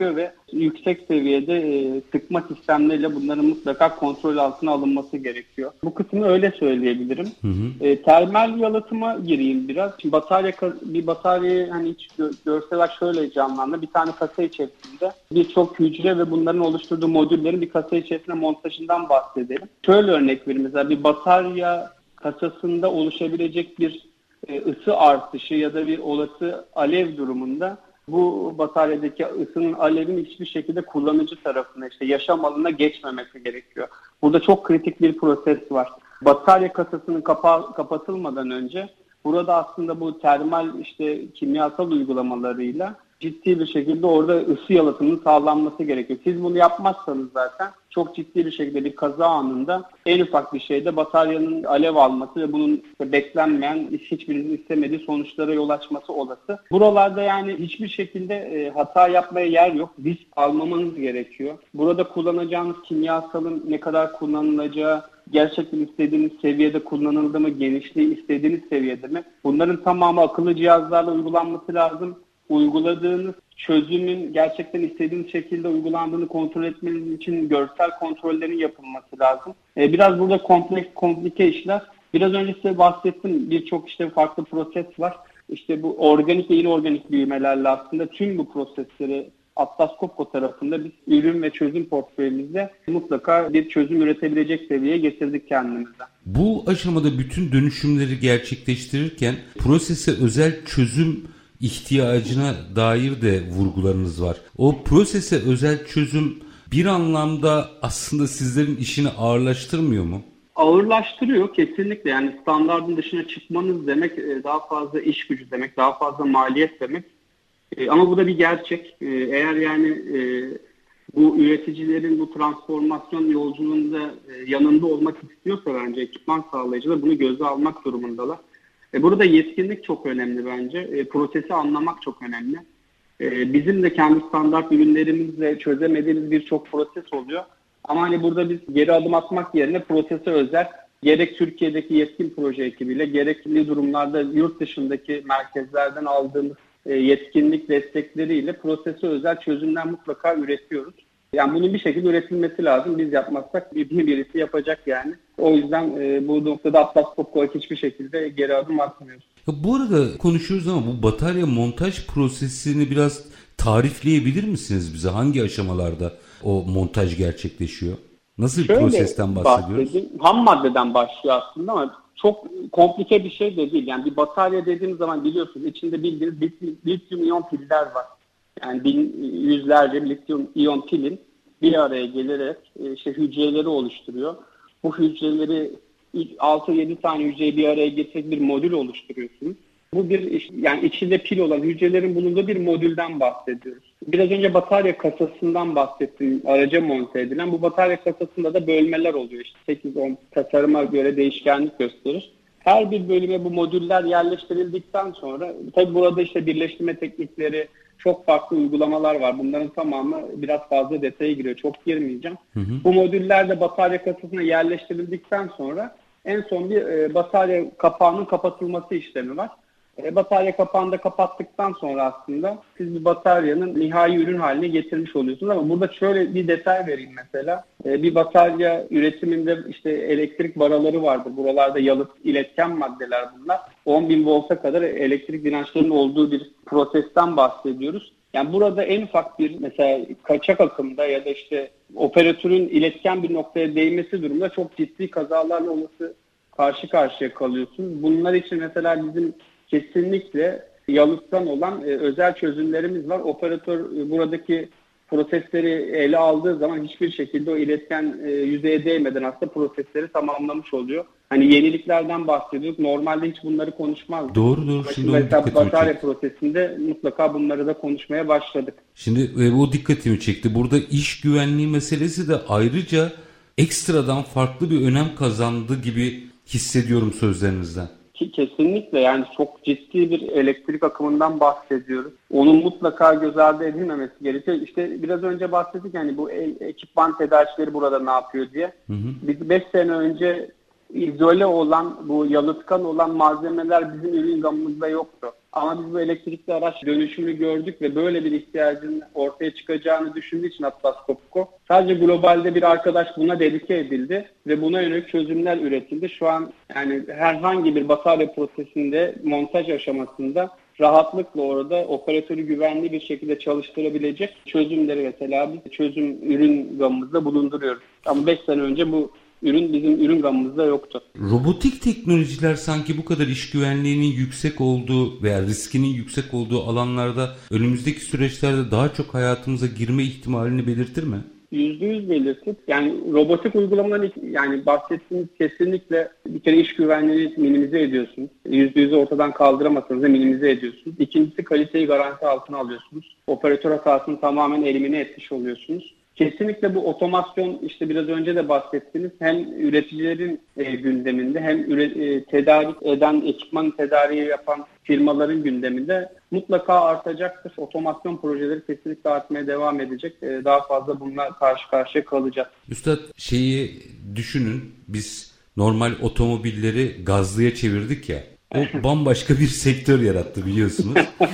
yüksek seviyede sıkma sistemleriyle bunların mutlaka kontrol altına alınması gerekiyor. Bu kısmı öyle söyleyebilirim. Termal yalıtıma gireyim biraz. Şimdi bir bataryayı hani hiç görseler şöyle canlandı. Bir tane kasa içerisinde birçok hücre ve bunların oluşturduğu modüllerin bir kasa içerisinde montajından bahsedelim. Şöyle örnek vereyim. Mesela bir batarya kasasında oluşabilecek bir ısı artışı ya da bir olası alev durumunda bu bataryadaki ısının alevin hiçbir şekilde kullanıcı tarafına, işte yaşam alanına geçmemesi gerekiyor. Burada çok kritik bir proses var. Batarya kasasının kapatılmadan önce burada aslında bu termal kimyasal uygulamalarıyla ciddi bir şekilde orada ısı yalıtımının sağlanması gerekiyor. Siz bunu yapmazsanız zaten çok ciddi bir şekilde bir kaza anında en ufak bir şeyde bataryanın alev alması ve bunun beklenmeyen, hiçbirinizin istemediği sonuçlara yol açması olası. Buralarda yani hiçbir şekilde hata yapmaya yer yok. Risk almamanız gerekiyor. Burada kullanacağınız kimyasalın ne kadar kullanılacağı, gerçekten istediğiniz seviyede kullanıldı mı, genişliği istediğiniz seviyede mi? Bunların tamamı akıllı cihazlarla uygulanması lazım. Uyguladığınız çözümün gerçekten istediğiniz şekilde uygulandığını kontrol etmeniz için görsel kontrollerin yapılması lazım. Biraz burada komplike işler. Biraz önce size bahsettim, birçok farklı proses var. Bu organik ve inorganik büyümelerle aslında tüm bu prosesleri Atlas Copco tarafında biz ürün ve çözüm portföyümüzde mutlaka bir çözüm üretebilecek seviyeye getirdik kendimize. Bu aşamada bütün dönüşümleri gerçekleştirirken prosese özel çözüm ihtiyacına dair de vurgularınız var. O prosese özel çözüm bir anlamda aslında sizlerin işini ağırlaştırmıyor mu? Ağırlaştırıyor kesinlikle. Yani standardın dışına çıkmanız demek daha fazla iş gücü demek, daha fazla maliyet demek. Ama bu da bir gerçek. Eğer bu üreticilerin bu transformasyon yolculuğunda yanında olmak istiyorsa bence ekipman sağlayıcılar bunu göze almak durumundalar. Burada yetkinlik çok önemli bence. Prosesi anlamak çok önemli. Bizim de kendi standart ürünlerimizle çözemediğimiz birçok proses oluyor. Ama burada biz geri adım atmak yerine prosese özel gerek Türkiye'deki yetkin proje ekibiyle gerekli durumlarda yurt dışındaki merkezlerden aldığımız yetkinlik destekleriyle prosese özel çözümler mutlaka üretiyoruz. Yani bunun bir şekilde üretilmesi lazım. Biz yapmazsak birisi yapacak yani. O yüzden bu noktada Atlas Copco hiçbir şekilde geri adım atmıyoruz. Bu arada konuşuyoruz ama bu batarya montaj prosesini biraz tarifleyebilir misiniz bize? Hangi aşamalarda o montaj gerçekleşiyor? Nasıl bir prosesten bahsediyoruz? Ham maddeden başlıyor aslında ama çok komplike bir şey de değil. Yani bir batarya dediğimiz zaman biliyorsunuz içinde bildiğiniz lityum iyon piller var. Yani yüzlerce lityum iyon pilin bir araya gelerek hücreleri oluşturuyor. Bu hücreleri 6-7 tane hücreyi bir araya getirerek bir modül oluşturuyorsunuz. Bu yani içinde pil olan hücrelerin bulunduğu bir modülden bahsediyoruz. Biraz önce batarya kasasından bahsettim, araca monte edilen. Bu batarya kasasında da bölmeler oluyor. 8-10 tasarıma göre değişkenlik gösterir. Her bir bölüme bu modüller yerleştirildikten sonra tabii burada birleştirme teknikleri, çok farklı uygulamalar var. Bunların tamamı biraz fazla detaya giriyor. Çok girmeyeceğim. Bu modüller de batarya kasasına yerleştirildikten sonra en son bir batarya kapağının kapatılması işlemi var. Batarya kapağını da kapattıktan sonra aslında siz bir bataryanın nihai ürün haline getirmiş oluyorsunuz. Ama burada şöyle bir detay vereyim mesela. Bir batarya üretiminde elektrik baraları vardır. Buralarda iletken maddeler bunlar. 10.000 volta kadar elektrik dirençlerinin olduğu bir prosesten bahsediyoruz. Yani burada en ufak bir mesela kaçak akımda ya da operatörün iletken bir noktaya değmesi durumunda çok ciddi kazalarla karşı karşıya kalıyorsunuz. Bunlar için mesela bizim kesinlikle yalıtkan olan özel çözümlerimiz var. Operatör buradaki prosesleri ele aldığı zaman hiçbir şekilde o iletken yüzeye değmeden aslında prosesleri tamamlamış oluyor. Hani yeniliklerden bahsediyorduk. Normalde hiç bunları konuşmazdık. Doğru. Şimdi mesela batarya prosesinde mutlaka bunları da konuşmaya başladık. Şimdi bu dikkatimi çekti. Burada iş güvenliği meselesi de ayrıca ekstradan farklı bir önem kazandı gibi hissediyorum sözlerinizden. Kesinlikle yani çok ciddi bir elektrik akımından bahsediyoruz. Onun mutlaka göz ardı edilmemesi gerekiyor. Biraz önce bahsettik yani bu ekipman tedarikçileri burada ne yapıyor diye. Biz 5 sene önce izole olan bu yalıtkan olan malzemeler bizim ürün gamımızda yoktu. Ama biz bu elektrikli araç dönüşümünü gördük ve böyle bir ihtiyacın ortaya çıkacağını düşündüğü için Atlas Copco sadece globalde bir arkadaş buna dedike edildi ve buna yönelik çözümler üretildi. Şu an yani herhangi bir batarya prosesinde, montaj aşamasında rahatlıkla orada operatörü güvenli bir şekilde çalıştırabilecek çözümleri mesela biz çözüm ürün gamımızda bulunduruyoruz. Ama 5 sene önce bu ürün bizim ürün gamımızda yoktu. Robotik teknolojiler sanki bu kadar iş güvenliğinin yüksek olduğu veya riskinin yüksek olduğu alanlarda önümüzdeki süreçlerde daha çok hayatımıza girme ihtimalini belirtir mi? %100 belirtir. Yani robotik uygulamaların yani bahsettiğiniz kesinlikle bir kere iş güvenliğini minimize ediyorsunuz. %100'ü ortadan kaldıramasanız da minimize ediyorsunuz. İkincisi kaliteyi garanti altına alıyorsunuz. Operatör hatasını tamamen elimine etmiş oluyorsunuz. Kesinlikle bu otomasyon işte biraz önce de bahsettiniz hem üreticilerin gündeminde hem tedarik eden, ekipman tedariği yapan firmaların gündeminde mutlaka artacaktır. Otomasyon projeleri kesinlikle artmaya devam edecek. Daha fazla bununla karşı karşıya kalacağız. Üstad şeyi düşünün, biz normal otomobilleri gazlıya çevirdik ya. O bambaşka bir sektör yarattı biliyorsunuz.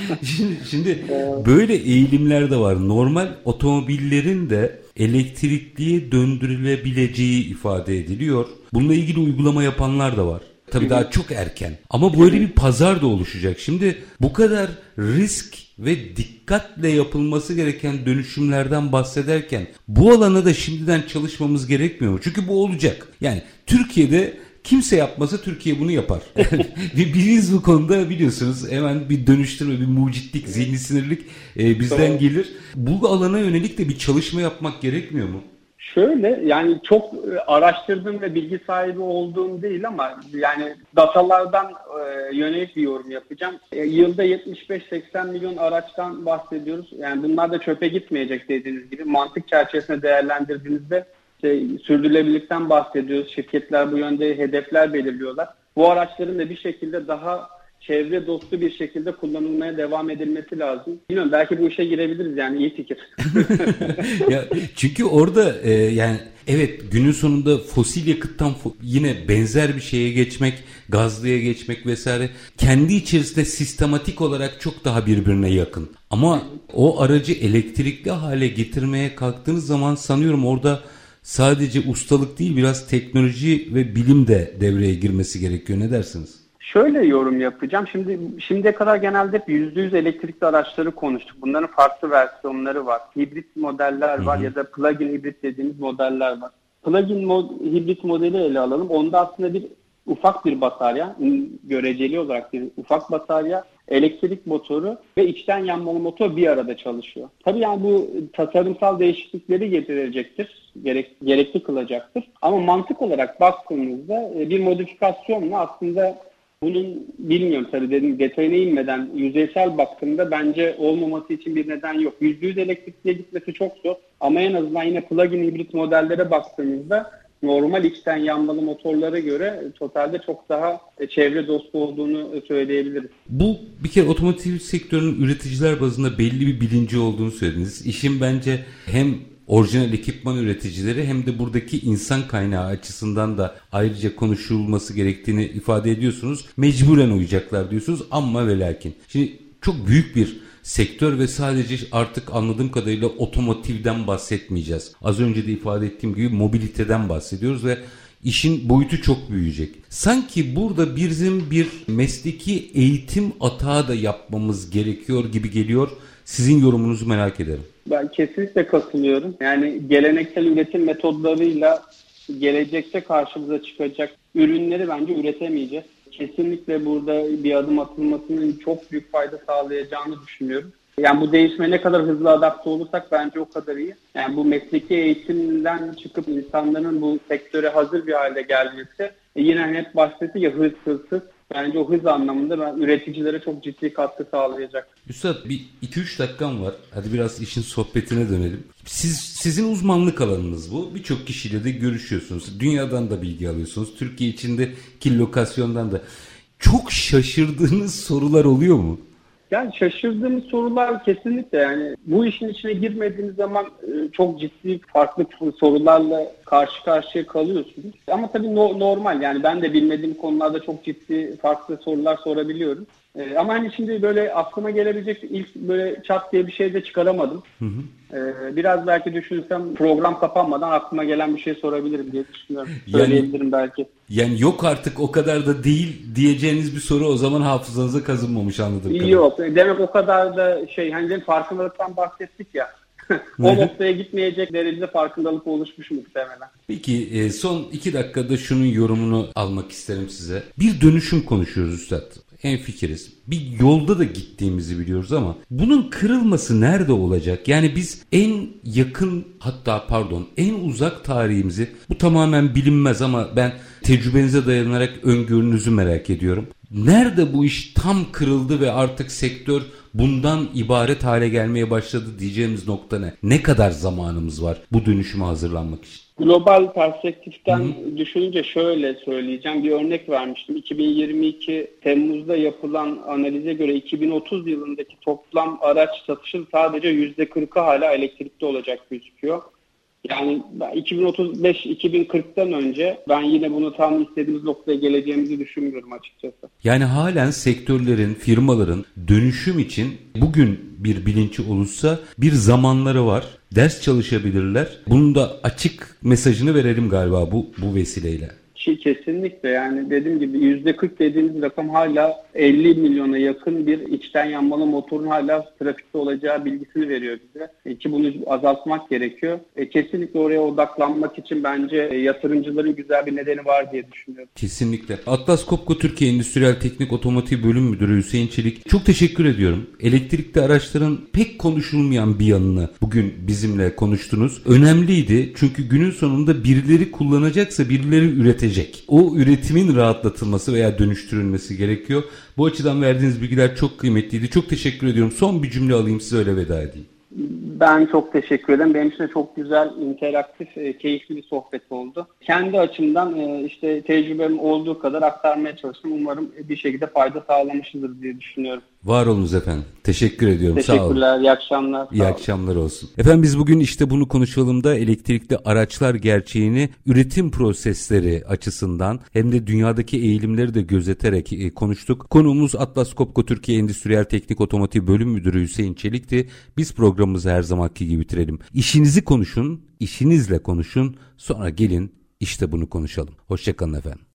Şimdi böyle eğilimler de var. Normal otomobillerin de elektrikliye döndürülebileceği ifade ediliyor. Bununla ilgili uygulama yapanlar da var. Tabii daha çok erken. Ama böyle bir pazar da oluşacak. Şimdi bu kadar risk ve dikkatle yapılması gereken dönüşümlerden bahsederken bu alana da şimdiden çalışmamız gerekmiyor mu? Çünkü bu olacak. Yani Türkiye'de kimse yapmasa Türkiye bunu yapar. Ve biz bu konuda biliyorsunuz hemen bir dönüştürme, bir mucitlik, zihni sinirlik bizden gelir. Bu alana yönelik de bir çalışma yapmak gerekmiyor mu? Şöyle yani çok araştırdığım ve bilgi sahibi olduğum değil ama yani datalardan yönelik bir yorum yapacağım. Yılda 75-80 milyon araçtan bahsediyoruz. Yani bunlar da çöpe gitmeyecek dediğiniz gibi. Mantık çerçevesinde değerlendirdiğinizde sürdürülebilirlikten bahsediyoruz. Şirketler bu yönde hedefler belirliyorlar. Bu araçların da bir şekilde daha çevre dostu bir şekilde kullanılmaya devam edilmesi lazım. Bilmiyorum, belki bu işe girebiliriz, yani iyi fikir. Ya, çünkü orada yani evet, günün sonunda fosil yakıttan yine benzer bir şeye geçmek, gazlıya geçmek vesaire kendi içerisinde sistematik olarak çok daha birbirine yakın. Ama o aracı elektrikli hale getirmeye kalktığınız zaman sanıyorum orada sadece ustalık değil, biraz teknoloji ve bilim de devreye girmesi gerekiyor. Ne dersiniz? Şöyle yorum yapacağım. Şimdiye kadar genelde hep %100 elektrikli araçları konuştuk. Bunların farklı versiyonları var. Hibrit modeller var ya da plug-in hibrit dediğimiz modeller var. Plug-in hibrit modeli ele alalım. Onda aslında ufak bir batarya, göreceli olarak bir ufak batarya, elektrik motoru ve içten yanmalı motor bir arada çalışıyor. Tabii yani bu tasarımsal değişiklikleri getirecektir, gerekli kılacaktır. Ama mantık olarak baktığımızda bir modifikasyonla aslında bunun, bilmiyorum tabii, dedim detayına inmeden yüzeysel baktığımda bence olmaması için bir neden yok. %100 elektrikliye gitmesi çok zor ama en azından yine plug-in hibrit modellere baktığımızda normal içten yanmalı motorlara göre totalde çok daha çevre dostu olduğunu söyleyebiliriz. Bu bir kere otomotiv sektörünün üreticiler bazında belli bir bilinci olduğunu söylediniz. İşin bence hem orijinal ekipman üreticileri hem de buradaki insan kaynağı açısından da ayrıca konuşulması gerektiğini ifade ediyorsunuz. Mecburen uyacaklar diyorsunuz ama ve lakin. Şimdi çok büyük bir sektör ve sadece artık anladığım kadarıyla otomotivden bahsetmeyeceğiz. Az önce de ifade ettiğim gibi mobiliteden bahsediyoruz ve işin boyutu çok büyüyecek. Sanki burada bizim bir mesleki eğitim atağı da yapmamız gerekiyor gibi geliyor. Sizin yorumunuzu merak ederim. Ben kesinlikle katılıyorum. Yani geleneksel üretim metodlarıyla gelecekte karşımıza çıkacak ürünleri bence üretemeyeceğiz. Kesinlikle burada bir adım atılmasının çok büyük fayda sağlayacağını düşünüyorum. Yani bu değişime ne kadar hızlı adapte olursak bence o kadar iyi. Yani bu mesleki eğitimden çıkıp insanların bu sektöre hazır bir hale gelmesi, yine hep bahsetti ya, hızsız. Bence o hız anlamında ben üreticilere çok ciddi katkı sağlayacak. Üstad, bir 2-3 dakikam var. Hadi biraz işin sohbetine dönelim. Sizin uzmanlık alanınız bu. Birçok kişiyle de görüşüyorsunuz. Dünyadan da bilgi alıyorsunuz. Türkiye içindeki lokasyondan da. Çok şaşırdığınız sorular oluyor mu? Yani şaşırdığımız sorular kesinlikle, yani bu işin içine girmediğimiz zaman çok ciddi farklı sorularla karşı karşıya kalıyorsunuz. Ama tabii normal, yani ben de bilmediğim konularda çok ciddi farklı sorular sorabiliyorum. Ama hani şimdi böyle aklıma gelebilecek ilk böyle çat diye bir şey de çıkaramadım. Biraz belki düşünsem program kapanmadan aklıma gelen bir şey sorabilirim diye düşünüyorum. Söyleyebilirim belki. Yani yok artık o kadar da değil diyeceğiniz bir soru o zaman hafızanıza kazınmamış anladığım kadarıyla. Yok, demek o kadar da hani farkındalıktan bahsettik ya. O noktaya gitmeyecek derecede farkındalık oluşmuş muhtemelen. Peki son 2 dakikada şunun yorumunu almak isterim size. Bir dönüşüm konuşuyoruz üstad. Hemfikiriz. Bir yolda da gittiğimizi biliyoruz ama bunun kırılması nerede olacak? Yani biz en yakın en uzak tarihimizi, bu tamamen bilinmez ama ben tecrübenize dayanarak öngörünüzü merak ediyorum. Nerede bu iş tam kırıldı ve artık sektör bundan ibaret hale gelmeye başladı diyeceğimiz nokta ne? Ne kadar zamanımız var bu dönüşüme hazırlanmak için? Global perspektiften düşününce şöyle söyleyeceğim. Bir örnek vermiştim. 2022 Temmuz'da yapılan analize göre 2030 yılındaki toplam araç satışın sadece %40'ı hala elektrikli olacak gözüküyor. Yani 2035-2040'tan önce ben yine bunu tam istediğimiz noktaya geleceğimizi düşünmüyorum açıkçası. Yani halen sektörlerin, firmaların dönüşüm için bugün bir bilinci olursa bir zamanları var. Ders çalışabilirler. Bunun da açık mesajını verelim galiba bu vesileyle. Kesinlikle, yani dediğim gibi %40 dediğimiz rakam hala 50 milyona yakın bir içten yanmalı motorun hala trafikte olacağı bilgisini veriyor bize. Ki bunu azaltmak gerekiyor. Kesinlikle oraya odaklanmak için bence yatırımcıların güzel bir nedeni var diye düşünüyorum. Kesinlikle. Atlas Copco Türkiye Endüstriyel Teknik Otomotiv Bölüm Müdürü Hüseyin Çelik, çok teşekkür ediyorum. Elektrikli araçların pek konuşulmayan bir yanını bugün bizimle konuştunuz. Önemliydi çünkü günün sonunda birileri kullanacaksa birileri üretecek. O üretimin rahatlatılması veya dönüştürülmesi gerekiyor. Bu açıdan verdiğiniz bilgiler çok kıymetliydi. Çok teşekkür ediyorum. Son bir cümle alayım, size öyle veda edeyim. Ben çok teşekkür ederim. Benim için de çok güzel, interaktif, keyifli bir sohbet oldu. Kendi açımdan tecrübem olduğu kadar aktarmaya çalıştım. Umarım bir şekilde fayda sağlamışızdır diye düşünüyorum. Var olunuz efendim. Teşekkür ediyorum. Teşekkürler. Sağ olun. İyi akşamlar. İyi akşamlar olsun. Efendim biz bugün işte bunu konuşalım da elektrikli araçlar gerçeğini üretim prosesleri açısından hem de dünyadaki eğilimleri de gözeterek konuştuk. Konuğumuz Atlas Copco Türkiye Endüstriyel Teknik Otomotiv Bölüm Müdürü Hüseyin Çelik'ti. Biz programımızı her zamanki gibi bitirelim. İşinizi konuşun, işinizle konuşun, sonra gelin işte bunu konuşalım. Hoşça kalın efendim.